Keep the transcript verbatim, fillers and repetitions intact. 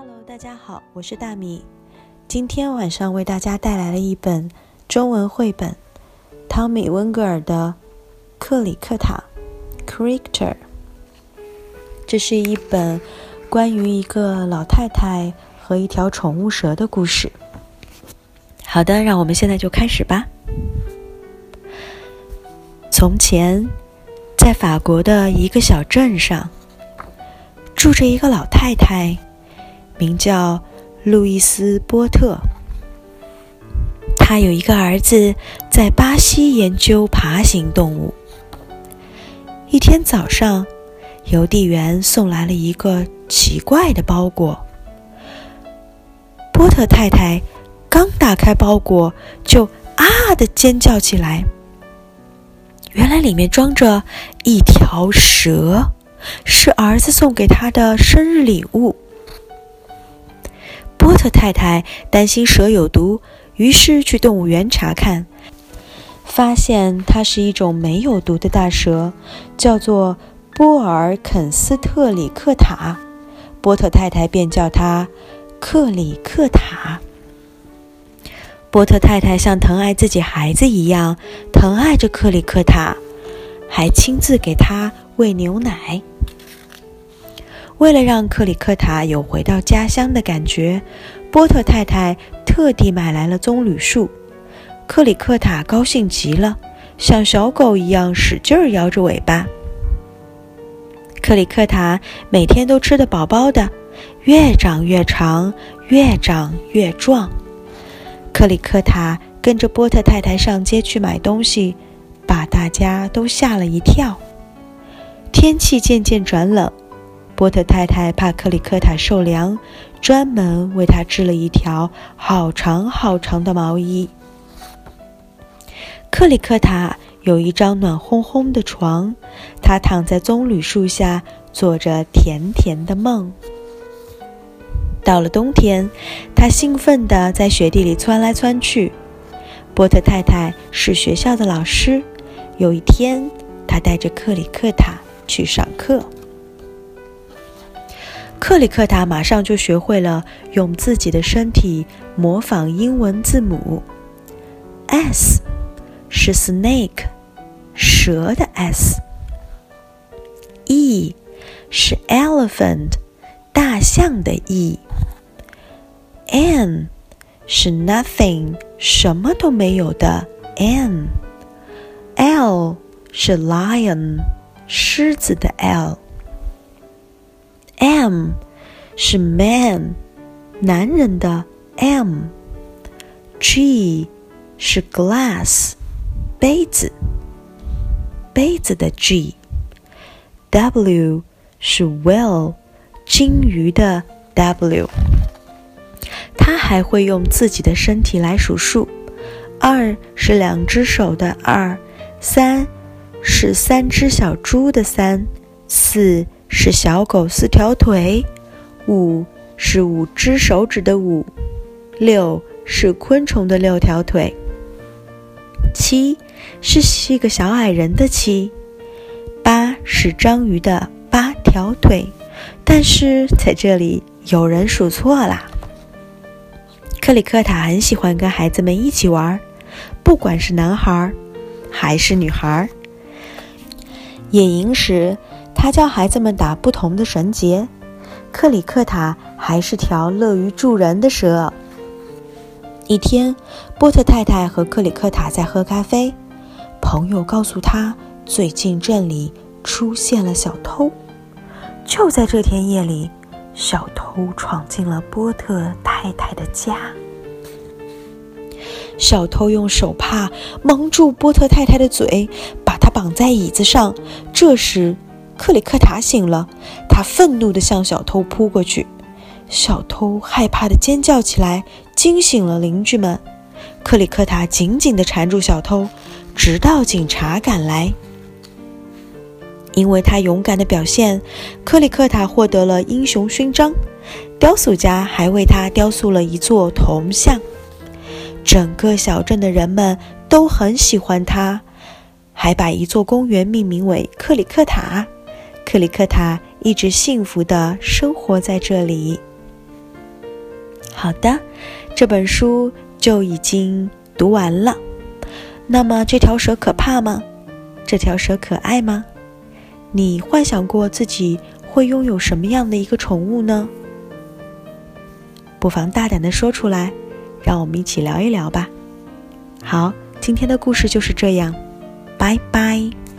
Hello， 大家好，我是大米。今天晚上为大家带来了一本中文绘本，汤米·温格尔的《克里克塔》 Critter。这是一本关于一个老太太和一条宠物蛇的故事。好的，让我们现在就开始吧。从前，在法国的一个小镇上，住着一个老太太，名叫路易斯·波特。她有一个儿子在巴西研究爬行动物。一天早上，邮递员送来了一个奇怪的包裹。波特太太刚打开包裹，就啊地尖叫起来。原来里面装着一条蛇，是儿子送给她的生日礼物。波特太太担心蛇有毒，于是去动物园查看，发现它是一种没有毒的大蛇，叫做波尔肯斯特里克塔。波特太太便叫它克里克塔。波特太太像疼爱自己孩子一样疼爱着克里克塔，还亲自给他喂牛奶。为了让克里克塔有回到家乡的感觉，波特太太特地买来了棕榈树。克里克塔高兴极了，像小狗一样使劲摇着尾巴。克里克塔每天都吃得饱饱的，越长越长，越长越壮。克里克塔跟着波特太太上街去买东西，把大家都吓了一跳。天气渐渐转冷，波特太太怕克里克塔受凉，专门为他织了一条好长好长的毛衣。克里克塔有一张暖烘烘的床，他躺在棕榈树下，做着甜甜的梦。到了冬天，他兴奋地在雪地里窜来窜去。波特太太是学校的老师，有一天，他带着克里克塔去上课。克里克塔马上就学会了用自己的身体模仿英文字母。S 是 snake， 蛇的 S。E 是 elephant， 大象的 E。N 是 nothing， 什么都没有的 N。L 是 lion， 狮子的 L。M 是 man， 男人的 M。G 是 glass， 杯子，杯子的 G。W 是 whale， 金鱼的 W。他还会用自己的身体来数数，二是两只手的二，三是三只小猪的三，四是小狗四条腿，五是五只手指的五，六是昆虫的六条腿，七是是个小矮人的七，八是章鱼的八条腿。但是在这里有人数错啦。克里克塔很喜欢跟孩子们一起玩，不管是男孩还是女孩。野营时，他教孩子们打不同的绳结。克里克塔还是条乐于助人的蛇。一天，波特太太和克里克塔在喝咖啡，朋友告诉他，最近镇里出现了小偷。就在这天夜里，小偷闯进了波特太太的家。小偷用手帕蒙住波特太太的嘴，把她绑在椅子上。这时克里克塔醒了，他愤怒地向小偷扑过去。小偷害怕地尖叫起来，惊醒了邻居们。克里克塔紧紧地缠住小偷，直到警察赶来。因为他勇敢的表现，克里克塔获得了英雄勋章，雕塑家还为他雕塑了一座铜像。整个小镇的人们都很喜欢他，还把一座公园命名为克里克塔。克里克塔一直幸福地生活在这里。 好的，这本书就已经读完了。那么这条蛇可怕吗？这条蛇可爱吗？你幻想过自己会拥有什么样的一个宠物呢？不妨大胆地说出来，让我们一起聊一聊吧。好，今天的故事就是这样，拜拜。